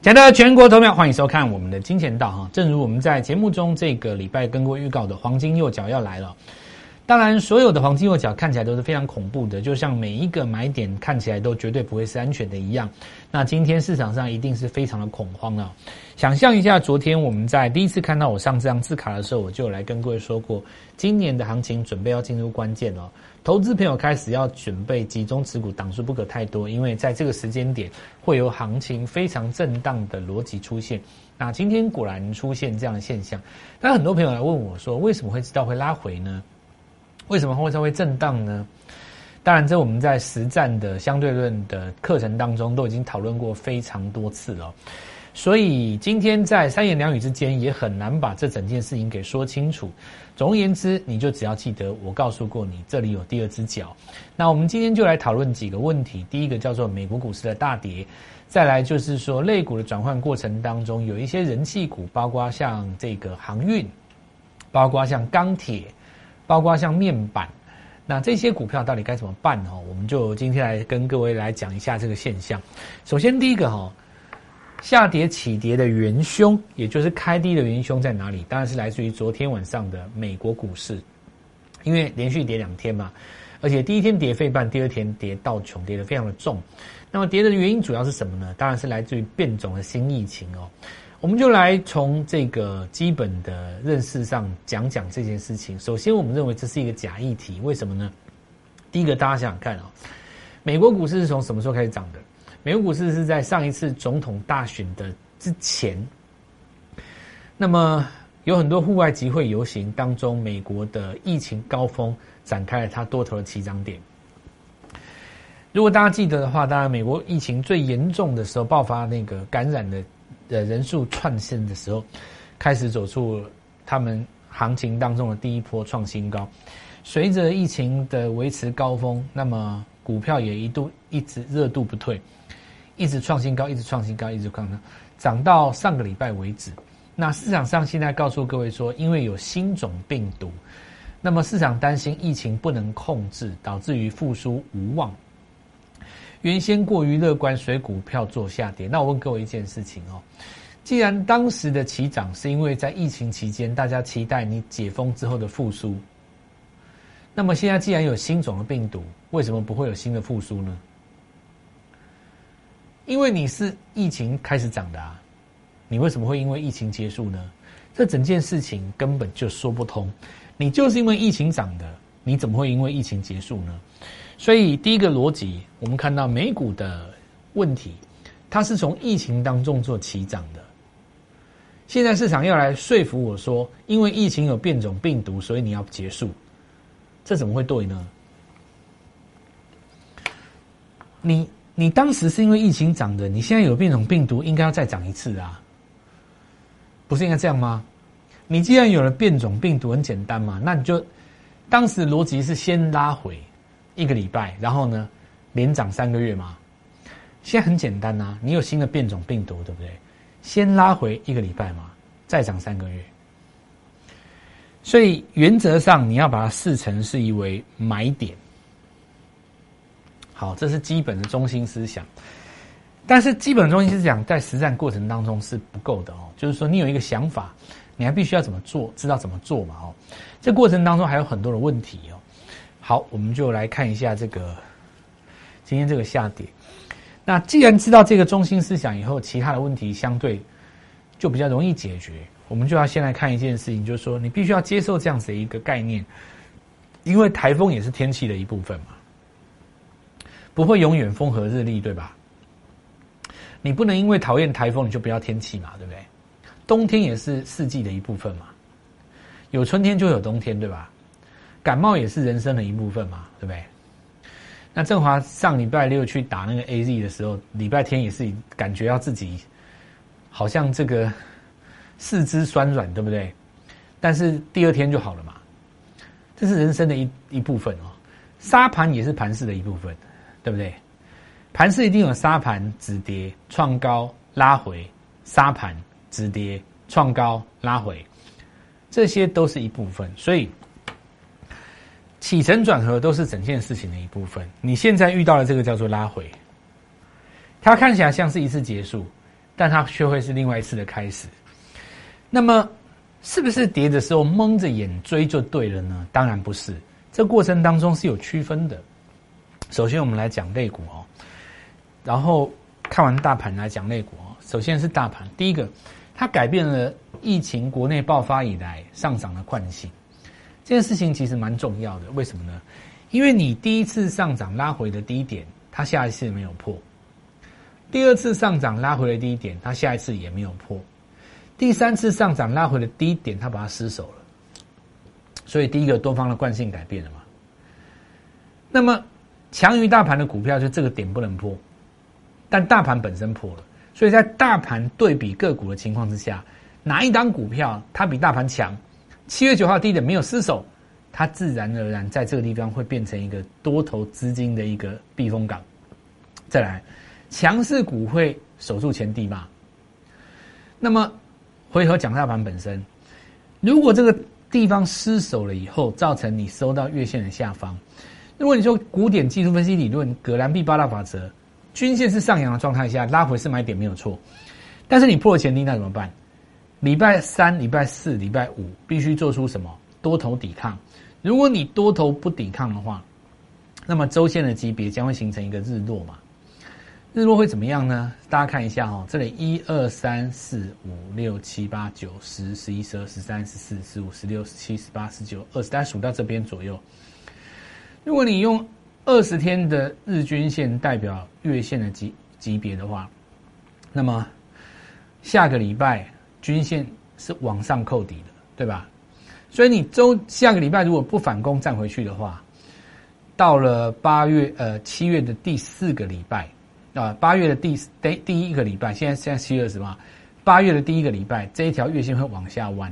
亲爱的全国投票，欢迎收看我们的金钱道哈。正如我们在节目中这个礼拜跟过预告的，黄金右脚要来了。当然，所有的黄金右脚看起来都是非常恐怖的，就像每一个买点看起来都绝对不会是安全的一样。那今天市场上一定是非常的恐慌了。想象一下，昨天我们在第一次看到我上这张字卡的时候，我就有来跟各位说过，今年的行情准备要进入关键了。投资朋友开始要准备集中持股，档数不可太多，因为在这个时间点会有行情非常震荡的逻辑出现。那今天果然出现这样的现象，但很多朋友来问我说，为什么会知道会拉回呢？为什么会震荡呢？当然，这我们在实战的相对论的课程当中都已经讨论过非常多次了，所以今天在三言两语之间也很难把这整件事情给说清楚。总而言之，你就只要记得我告诉过你，这里有第二只脚。那我们今天就来讨论几个问题。第一个叫做美国股市的大跌，再来就是说类股的转换过程当中，有一些人气股，包括像这个航运，包括像钢铁，包括像面板，那这些股票到底该怎么办哦？我们就今天来跟各位来讲一下这个现象。首先第一个下跌起跌的元凶，也就是开低的元凶在哪里？当然是来自于昨天晚上的美国股市，因为连续跌2天嘛，而且第一天跌费半，第二天跌道琼，跌得非常的重。那么跌的原因主要是什么呢？当然是来自于变种的新疫情哦。我们就来从这个基本的认识上讲讲这件事情。首先，我们认为这是一个假议题，为什么呢？第一个，大家想想看美国股市是从什么时候开始涨的？美国股市是在上一次总统大选的之前。那么有很多户外集会游行当中，美国的疫情高峰展开了它多头的起涨点。如果大家记得的话，当然美国疫情最严重的时候，爆发那个感染的人数窜升的时候，开始走出他们行情当中的第一波创新高。随着疫情的维持高峰，那么股票也一直热度不退，一直创新高，一直创新高，一直创新高，涨到上个礼拜为止。那市场上现在告诉各位说，因为有新种病毒，那么市场担心疫情不能控制，导致于复苏无望。原先过于乐观，随股票做下跌。那我问各位一件事情既然当时的起涨是因为在疫情期间大家期待你解封之后的复苏，那么现在既然有新种的病毒，为什么不会有新的复苏呢？因为你是疫情开始涨的你为什么会因为疫情结束呢？这整件事情根本就说不通。你就是因为疫情涨的，你怎么会因为疫情结束呢？所以第一个逻辑，我们看到美股的问题，它是从疫情当中做起涨的。现在市场要来说服我说，因为疫情有变种病毒，所以你要结束，这怎么会对呢？你当时是因为疫情涨的，你现在有变种病毒，应该要再涨一次不是应该这样吗？你既然有了变种病毒，很简单嘛，那你就当时的逻辑是先拉回1个礼拜，然后呢连涨3个月嘛。现在很简单你有新的变种病毒，对不对？先拉回1个礼拜嘛，再涨3个月。所以原则上你要把它视成是一为买点。好，这是基本的中心思想。但是基本的中心思想在实战过程当中是不够的就是说你有一个想法，你还必须要怎么做，知道怎么做嘛这过程当中还有很多的问题好，我们就来看一下这个今天这个下跌。那既然知道这个中心思想以后，其他的问题相对就比较容易解决。我们就要先来看一件事情，就是说你必须要接受这样子的一个概念，因为台风也是天气的一部分嘛，不会永远风和日丽，对吧？你不能因为讨厌台风你就不要天气嘛，对不对？冬天也是四季的一部分嘛，有春天就有冬天，对吧？感冒也是人生的一部分嘛，对不对？那振华上礼拜6去打那个 AZ 的时候，礼拜天也是感觉到自己好像这个四肢酸软，对不对？但是第2天就好了嘛，这是人生的一部分沙盘也是盘势的一部分，对不对？盘势一定有沙盘止跌创高拉回，沙盘止跌创高拉回，这些都是一部分。所以起承转合都是整件事情的一部分。你现在遇到的这个叫做拉回，它看起来像是一次结束， 但它却会是另外一次的开始。那么是不是跌的时候蒙着眼追就对了呢？当然不是，这过程当中是有区分的。首先我们来讲类股哦，然后看完大盘来讲类股哦。首先是大盘，第一个，它改变了疫情国内爆发以来上涨的惯性，这件事情其实蛮重要的。为什么呢？因为你第一次上涨拉回的低点，它下一次没有破；第二次上涨拉回的低点，它下一次也没有破；第三次上涨拉回的低点，它把它失守了。所以第一个多方的惯性改变了嘛。那么强于大盘的股票，就这个点不能破，但大盘本身破了，所以在大盘对比个股的情况之下，哪一档股票它比大盘强？7月9号低点没有失守，它自然而然在这个地方会变成一个多头资金的一个避风港。再来，强势股会守住前低嘛？那么回头讲大盘本身，如果这个地方失守了以后，造成你收到月线的下方，如果你说古典技术分析理论葛兰碧8大法则，均线是上扬的状态下，拉回是买点没有错，但是你破了前低，那怎么办？礼拜3、礼拜4、礼拜5必须做出什么多头抵抗。如果你多头不抵抗的话，那么周线的级别将会形成一个日落嘛。日落会怎么样呢？大家看一下哦，这里1、2、3、4、5、6、7、8、9、10、11、12、13、14、15、16、17、18、19、20，大家数到这边左右。如果你用20天的日均线代表月线的级别的话，那么下个礼拜均线是往上扣底的，对吧？所以你下个礼拜如果不反攻站回去的话，到了7月的第4个礼拜8月的第一个礼拜，现在7月20号，8月的第一个礼拜，这一条月线会往下弯，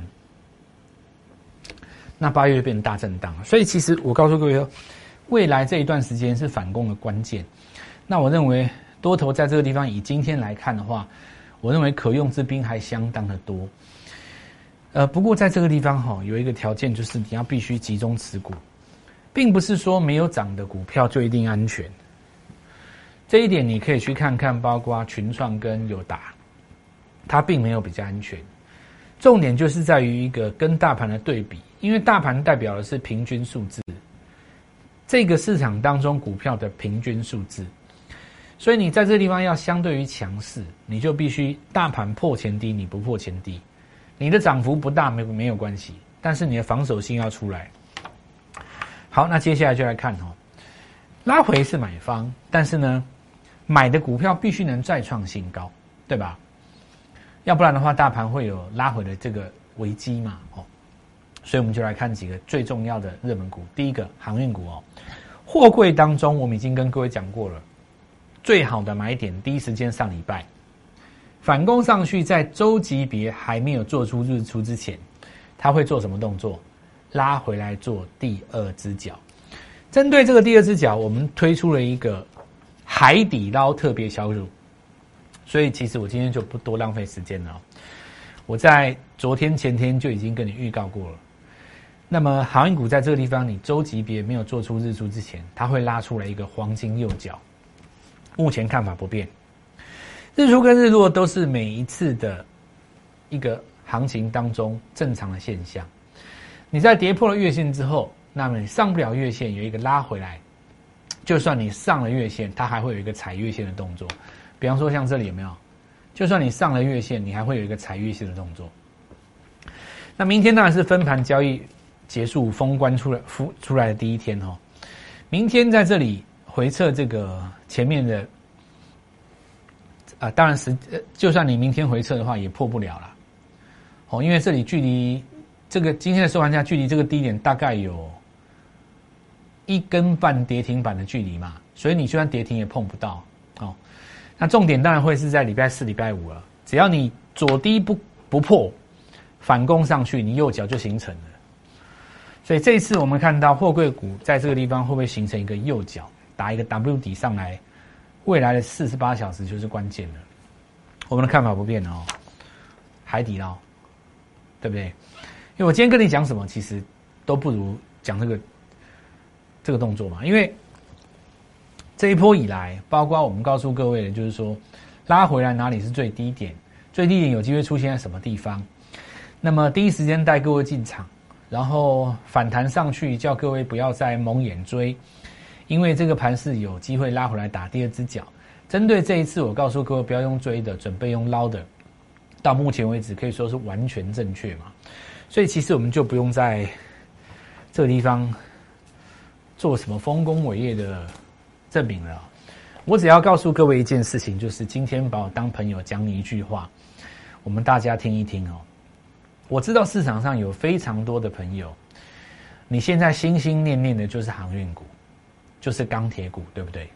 那8月变成大震荡。所以其实我告诉各位，未来这一段时间是反攻的关键。那我认为多头在这个地方以今天来看的话，我认为可用之兵还相当的多。不过在这个地方有一个条件，就是你要必须集中持股，并不是说没有涨的股票就一定安全。这一点你可以去看看，包括群创跟友达，它并没有比较安全。重点就是在于一个跟大盘的对比，因为大盘代表的是平均数字，这个市场当中股票的平均数字，所以你在这个地方要相对于强势，你就必须大盘破前低，你不破前低，你的涨幅不大没有关系，但是你的防守性要出来。好，那接下来就来看拉回是买方，但是呢，买的股票必须能再创新高，对吧？要不然的话，大盘会有拉回的这个危机嘛，所以我们就来看几个最重要的热门股。第一个，航运股货柜当中，我们已经跟各位讲过了，最好的买点，第一时间上礼拜反攻上去，在周级别还没有做出日出之前，它会做什么动作？拉回来做第二只脚。针对这个第二只脚，我们推出了一个海底捞特别销售，所以其实我今天就不多浪费时间了。我在昨天前天就已经跟你预告过了。那么航运股在这个地方，你周级别没有做出日出之前，它会拉出来一个黄金右脚。目前看法不变，日出跟日落都是每一次的一个行情当中正常的现象。你在跌破了月线之后，那么你上不了月线，有一个拉回来，就算你上了月线，它还会有一个踩月线的动作。比方说像这里有没有？就算你上了月线，你还会有一个踩月线的动作。那明天当然是分盘交易结束封关出来的第一天明天在这里回测这个前面的当然就算你明天回测的话也破不了了因为这里距离这个今天的收盘价距离这个低点大概有1根半跌停板的距离嘛，所以你就算跌停也碰不到那重点当然会是在礼拜4、礼拜5了。只要你左低不破，反攻上去，你右脚就形成了。所以这一次我们看到货柜股在这个地方会不会形成一个右脚，打一个 W 底上来，未来的48小时就是关键了。我们的看法不变海底捞，对不对？因为我今天跟你讲什么，其实都不如讲这个动作嘛，因为这一波以来，包括我们告诉各位的，就是说， 拉回来哪里是最低点，最低点有机会出现在什么地方，那么第一时间带各位进场，然后反弹上去叫各位不要再蒙眼追，因为这个盘势有机会拉回来打第二只脚。针对这一次我告诉各位不要用追的，准备用捞的，到目前为止可以说是完全正确嘛，所以其实我们就不用在这个地方做什么丰功伟业的证明了。我只要告诉各位一件事情，就是今天把我当朋友讲你一句话，我们大家听一听哦。我知道市场上有非常多的朋友，你现在心心念念的就是航运股，就是钢铁股，对不对？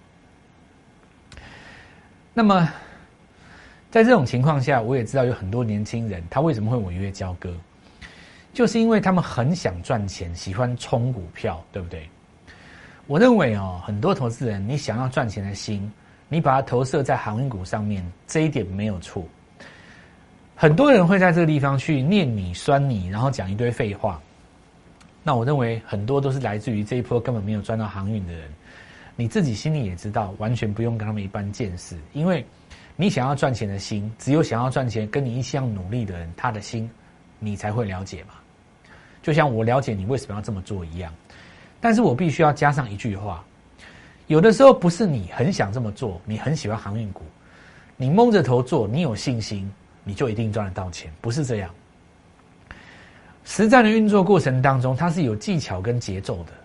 那么在这种情况下，我也知道有很多年轻人他为什么会违约交割，就是因为他们很想赚钱，喜欢冲股票，对不对？我认为很多投资人你想要赚钱的心，你把它投射在航运股上面，这一点没有错。很多人会在这个地方去念你酸你，然后讲一堆废话。那我认为很多都是来自于这一波根本没有赚到航运的人，你自己心里也知道，完全不用跟他们一般见识，因为你想要赚钱的心，只有想要赚钱跟你一样努力的人，他的心你才会了解嘛。就像我了解你为什么要这么做一样。但是我必须要加上一句话，有的时候不是你很想这么做，你很喜欢航运股，你蒙着头做，你有信心，你就一定赚得到钱，不是这样。实战的运作过程当中，它是有技巧跟节奏的。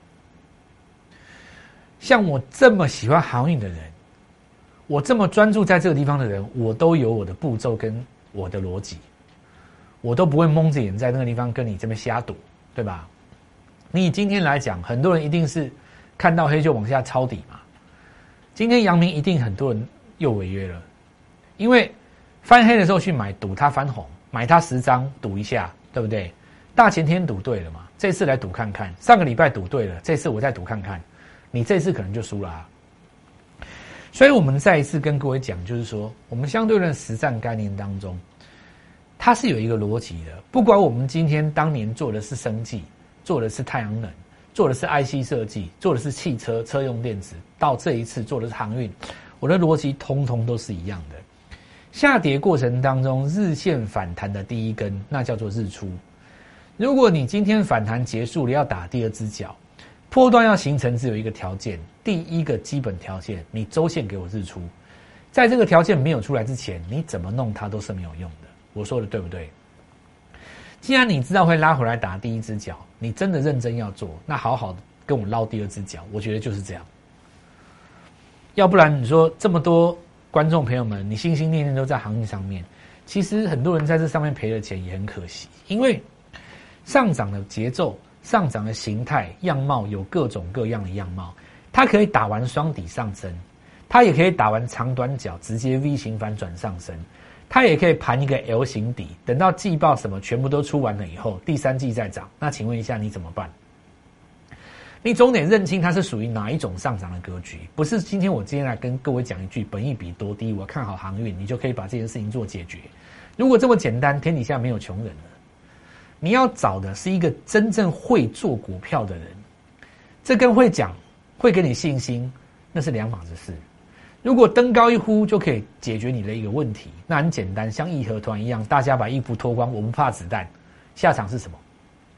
像我这么喜欢航运的人，我这么专注在这个地方的人，我都有我的步骤跟我的逻辑，我都不会蒙着眼在那个地方跟你这边瞎赌，对吧？你以今天来讲，很多人一定是看到黑就往下抄底嘛。今天阳明一定很多人又违约了，因为翻黑的时候去买，赌它翻红，买它10张赌一下，对不对？大前天赌对了嘛，这次来赌看看，上个礼拜赌对了，这次我再赌看看，你这次可能就输了啊。所以我们再一次跟各位讲，就是说我们相对论实战概念当中，它是有一个逻辑的。不管我们今天当年做的是生技，做的是太阳能，做的是 IC 设计，做的是汽车车用电子，到这一次做的是航运，我的逻辑通通都是一样的。下跌过程当中，日线反弹的第一根，那叫做日出。如果你今天反弹结束了，要打第二只脚，波段要形成只有一个条件，第一个基本条件，你周线给我日出。在这个条件没有出来之前，你怎么弄它都是没有用的。我说的对不对？既然你知道会拉回来打第一只脚，你真的认真要做，那好好的跟我捞第二只脚，我觉得就是这样。要不然你说这么多观众朋友们，你心心念念都在航运上面，其实很多人在这上面赔了钱也很可惜，因为上涨的节奏、上涨的形态、样貌有各种各样的样貌，它可以打完双底上升，它也可以打完长短脚直接 V 型反转上升，它也可以盘一个 L 型底，等到季报什么全部都出完了以后，第三季再涨，那请问一下你怎么办？你总得认清它是属于哪一种上涨的格局，不是今天我今天来跟各位讲一句本益比多低，我看好航运，你就可以把这件事情做解决。如果这么简单，天底下没有穷人了。你要找的是一个真正会做股票的人，这跟会讲、会给你信心，那是两码子事。如果登高一呼就可以解决你的一个问题，那很简单，像义和团一样，大家把衣服脱光，我不怕子弹，下场是什么？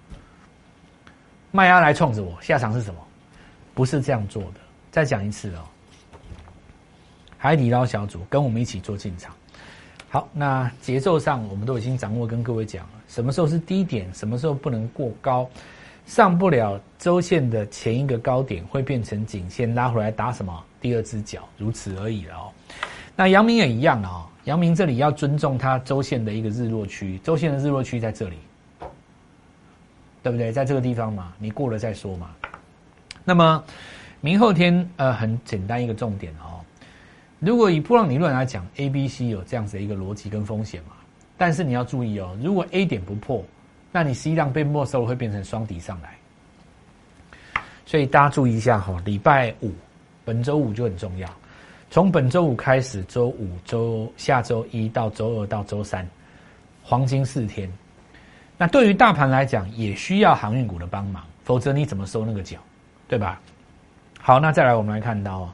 卖压来冲着我，下场是什么？不是这样做的。再讲一次哦，海底捞小组跟我们一起做进场。好，那节奏上我们都已经掌握，跟各位讲了，什么时候是低点，什么时候不能过高，上不了周线的前一个高点会变成颈线，拉回来打什么第二只脚，如此而已了哦。那阳明也一样哦，阳明这里要尊重它周线的一个日落区，周线的日落区在这里，对不对？在这个地方嘛，你过了再说嘛。那么明后天很简单一个重点哦。如果以波浪理论来讲 ，A、B、C 有这样子的一个逻辑跟风险嘛，但是你要注意哦，如果 A 点不破，那你 C 浪被没收了，会变成双底上来。所以大家注意一下哈，礼拜五，本周五就很重要。从本周五开始，周五、下周一到周二到周三，黄金4天。那对于大盘来讲，也需要航运股的帮忙，否则你怎么收那个脚，对吧？好，那再来我们来看到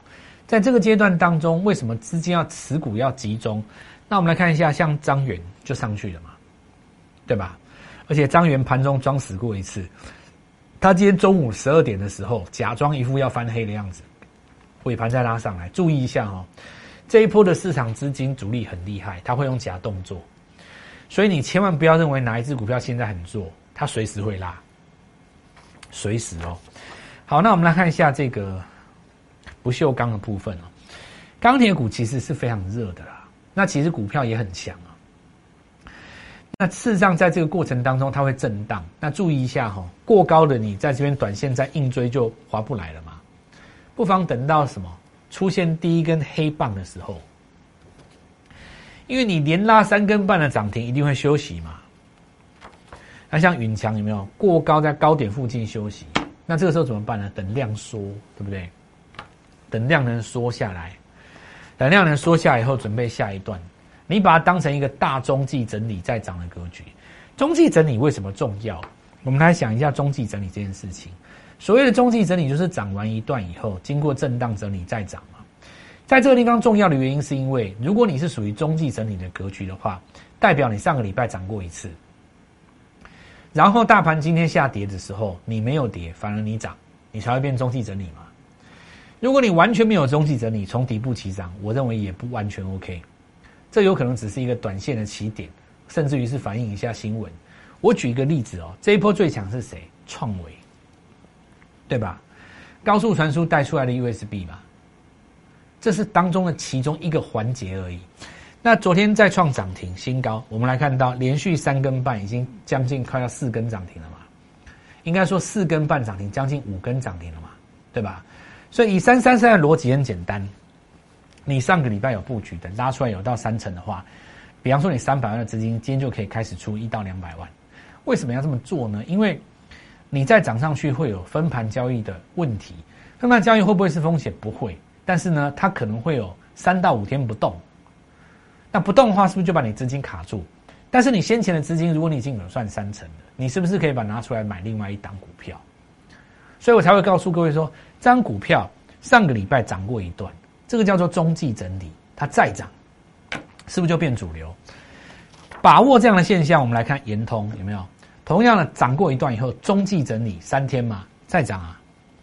在这个阶段当中，为什么资金要持股要集中？那我们来看一下，像张元就上去了嘛，对吧？而且张元盘中装死过一次，他今天中午12点的时候，假装一副要翻黑的样子，尾盘再拉上来。注意一下哦，这一波的市场资金主力很厉害，他会用假动作，所以你千万不要认为哪一只股票现在很弱，它随时会拉，随时哦。好，那我们来看一下这个不锈钢的部分哦。钢铁股其实是非常热的啦，那其实股票也很强啊。那事实上，在这个过程当中，它会震荡。那注意一下哈，过高的你在这边短线再硬追就划不来了嘛。不妨等到什么出现第一根黑棒的时候，因为你连拉3根半的涨停，一定会休息嘛。那像允强有没有过高在高点附近休息？那这个时候怎么办呢？等量缩，对不对？等量能缩下来，等量能缩下来以后，准备下一段。你把它当成一个大中继整理再涨的格局。中继整理为什么重要？我们来想一下中继整理这件事情。所谓的中继整理，就是涨完一段以后，经过震荡整理再涨嘛。在这个地方重要的原因，是因为如果你是属于中继整理的格局的话，代表你上个礼拜涨过一次，然后大盘今天下跌的时候，你没有跌，反而你涨，你才会变中继整理嘛。如果你完全没有中继整理，从底部起涨，我认为也不完全 OK。这有可能只是一个短线的起点，甚至于是反映一下新闻。我举一个例子哦，这一波最强是谁？创惟，对吧？高速传输带出来的 USB 嘛，这是当中的其中一个环节而已。那昨天再创涨停新高，我们来看到连续3根半，已经将近快要4根涨停了嘛。应该说4根半涨停，将近5根涨停了嘛，对吧？所以以333的逻辑很简单。你上个礼拜有布局的，拉出来有到3成的话，比方说你300万的资金，今天就可以开始出1到200万。为什么要这么做呢？因为你再涨上去会有分盘交易的问题。分盘交易会不会是风险？不会，但是呢，它可能会有3到5天不动。那不动的话，是不是就把你资金卡住？但是你先前的资金，如果你已经有算3成了，你是不是可以把它拿出来买另外一档股票？所以我才会告诉各位说，这张股票上个礼拜涨过一段。这个叫做中继整理，它再涨，是不是就变主流？把握这样的现象，我们来看延通有没有？同样的涨过一段以后，中继整理3天嘛，再涨啊。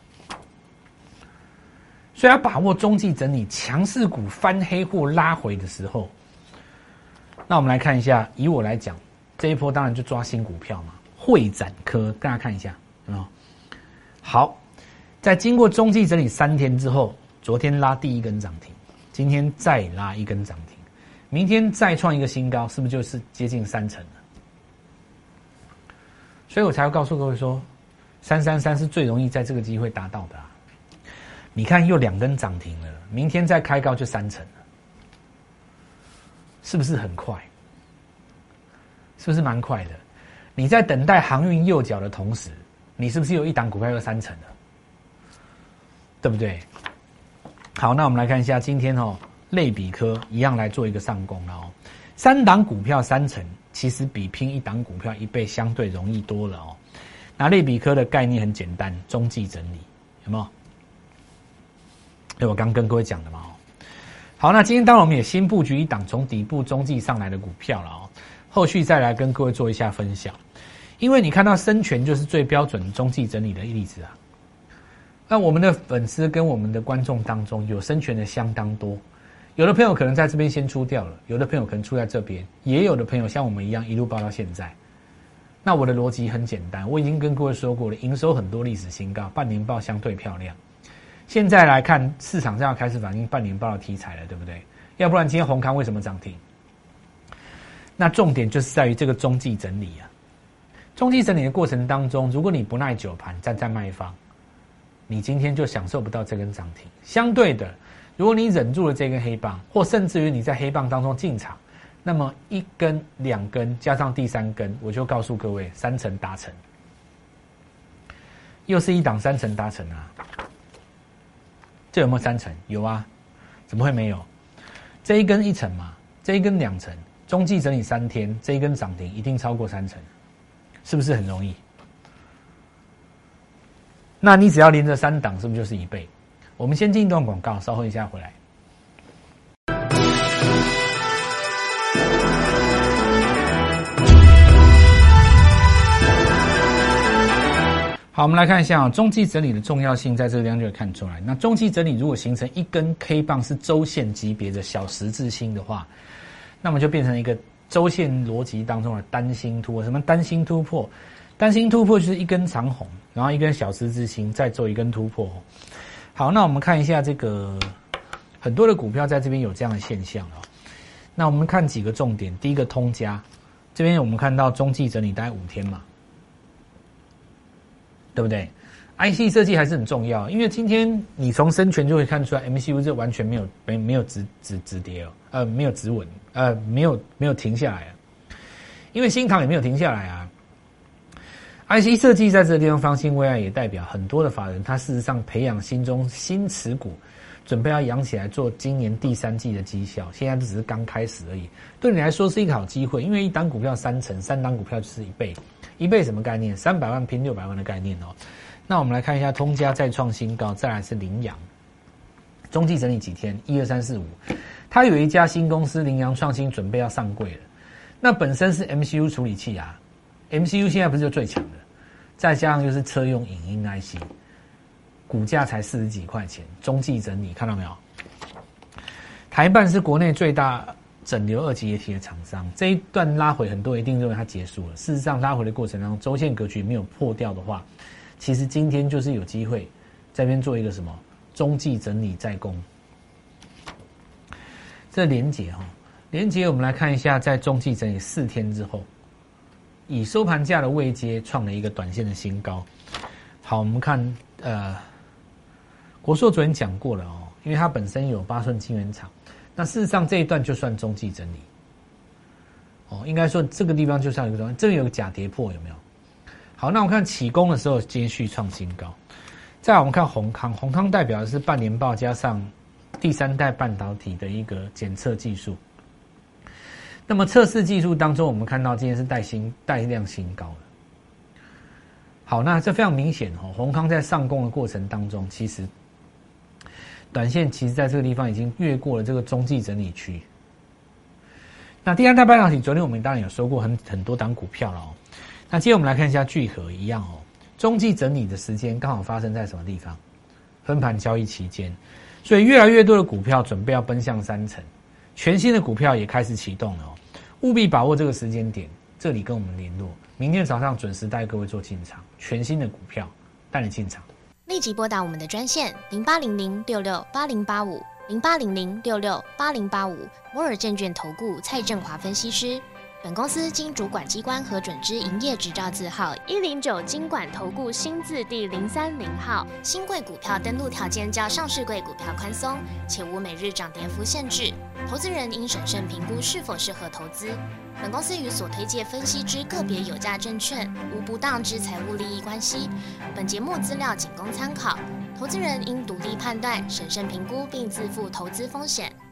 所以要把握中继整理强势股翻黑或拉回的时候。那我们来看一下，以我来讲，这一波当然就抓新股票嘛，会展科，大家看一下有没有？好，在经过中继整理3天之后。昨天拉第一根涨停，今天再拉一根涨停，明天再创一个新高，是不是就是接近3成了？所以我才会告诉各位说，333是最容易在这个机会达到的啊。你看又2根涨停了，明天再开高就3成了，是不是很快？是不是蛮快的？你在等待航运右脚的同时，你是不是有一档股票又3成了？对不对？好，那我们来看一下今天类比科一样来做一个上攻了哦。3档股票3成，其实比拼1档股票1倍相对容易多了哦。那类比科的概念很简单，中继整理有没有？对，我刚跟各位讲的嘛哦。好，那今天当然我们也新布局1档从底部中继上来的股票了哦，后续再来跟各位做一下分享。因为你看到深全就是最标准中继整理的例子啊。那我们的粉丝跟我们的观众当中有深全的相当多，有的朋友可能在这边先出掉了，有的朋友可能出在这边，也有的朋友像我们一样一路报到现在。那我的逻辑很简单，我已经跟各位说过了，营收很多历史新高，半年报相对漂亮。现在来看市场上要开始反映半年报的题材了，对不对？要不然今天宏康为什么涨停？那重点就是在于这个中继整理啊。中继整理的过程当中，如果你不耐久盘，站在卖方，你今天就享受不到这根涨停。相对的，如果你忍住了这根黑棒，或甚至于你在黑棒当中进场，那么1根、2根加上第3根，我就告诉各位，3成达成，又是1档3成达成啊！这有没有3成？有啊，怎么会没有？这一根1成嘛，这一根2成，中继整理3天，这一根涨停一定超过3成，是不是很容易？那你只要连着3档，是不是就是1倍？ 我们先进一段广告，稍后一下回来。好，我们来看一下中继整理的重要性，在这个地方就会看出来。那中继整理如果形成一根 K 棒是周线级别的小十字星的话，那么就变成一个周线逻辑当中的单星突破。什么单星突破？单星突破就是一根长红，然后一根小十字星，再做一根突破。好，那我们看一下这个很多的股票在这边有这样的现象哦。那我们看几个重点，第一个通家，这边我们看到中继整理大概5天嘛。对不对 ？IC 设计还是很重要，因为今天你从深全就会看出来 ，MCU 这完全没有止跌哦，没有止稳，没有停下来啊，因为新唐也没有停下来啊。IC 设计在这个地方方兴未艾，也代表很多的法人他事实上培养心中新持股，准备要养起来做今年第3季的绩效，现在只是刚开始而已。对你来说是一个好机会，因为一档股票3成，3档股票就是1倍。1倍什么概念？300万拼600万的概念哦。那我们来看一下通家再创新高，再来是羚羊，中继整理几天？1、2、3、4、5，它有一家新公司羚羊创新准备要上柜了。那本身是 MCU 处理器啊 ，MCU 现在不是就最强的，再加上就是车用影音 IC， 股价才40几块钱，中继整理看到没有？台办是国内最大整流2级液体的厂商，这一段拉回，很多人一定认为它结束了。事实上，拉回的过程当中，周线格局没有破掉的话，其实今天就是有机会在这边做一个什么中继整理再攻。这连结哈，连结我们来看一下，在中继整理4天之后，以收盘价的位阶创了一个短线的新高。好，我们看国硕昨天讲过了哦，因为它本身有8寸晶圆厂。那事实上这一段就算中继整理，哦，应该说这个地方就像一个中，这个有个假跌破有没有？好，那我们看起攻的时候接续创新高，再来我们看宏康，宏康代表的是半年报加上第3代半导体的一个检测技术。那么测试技术当中，我们看到今天是带量新高的。好，那这非常明显哦，宏康在上攻的过程当中，其实短线其实在这个地方已经越过了这个中继整理区。那第3代半导体，昨天我们当然有说过很多档股票了哦。那接着我们来看一下聚合一样哦，中继整理的时间刚好发生在什么地方？分盘交易期间，所以越来越多的股票准备要奔向3成，全新的股票也开始启动了哦，务必把握这个时间点，这里跟我们联络，明天早上准时带各位做进场，全新的股票带你进场。 立即拨打我们的专线08006680850800668085摩尔证券投顾蔡正华分析师。本公司经主管机关核准之营业执照字号109金管投顾新字第030号。新贵股票登录条件较上市贵股票宽松，且无每日涨跌幅限制。投资人应审慎评估是否适合投资。本公司与所推介分析之个别有价证券无不当之财务利益关系。本节目资料仅供参考，投资人应独立判断、审慎评估并自负投资风险。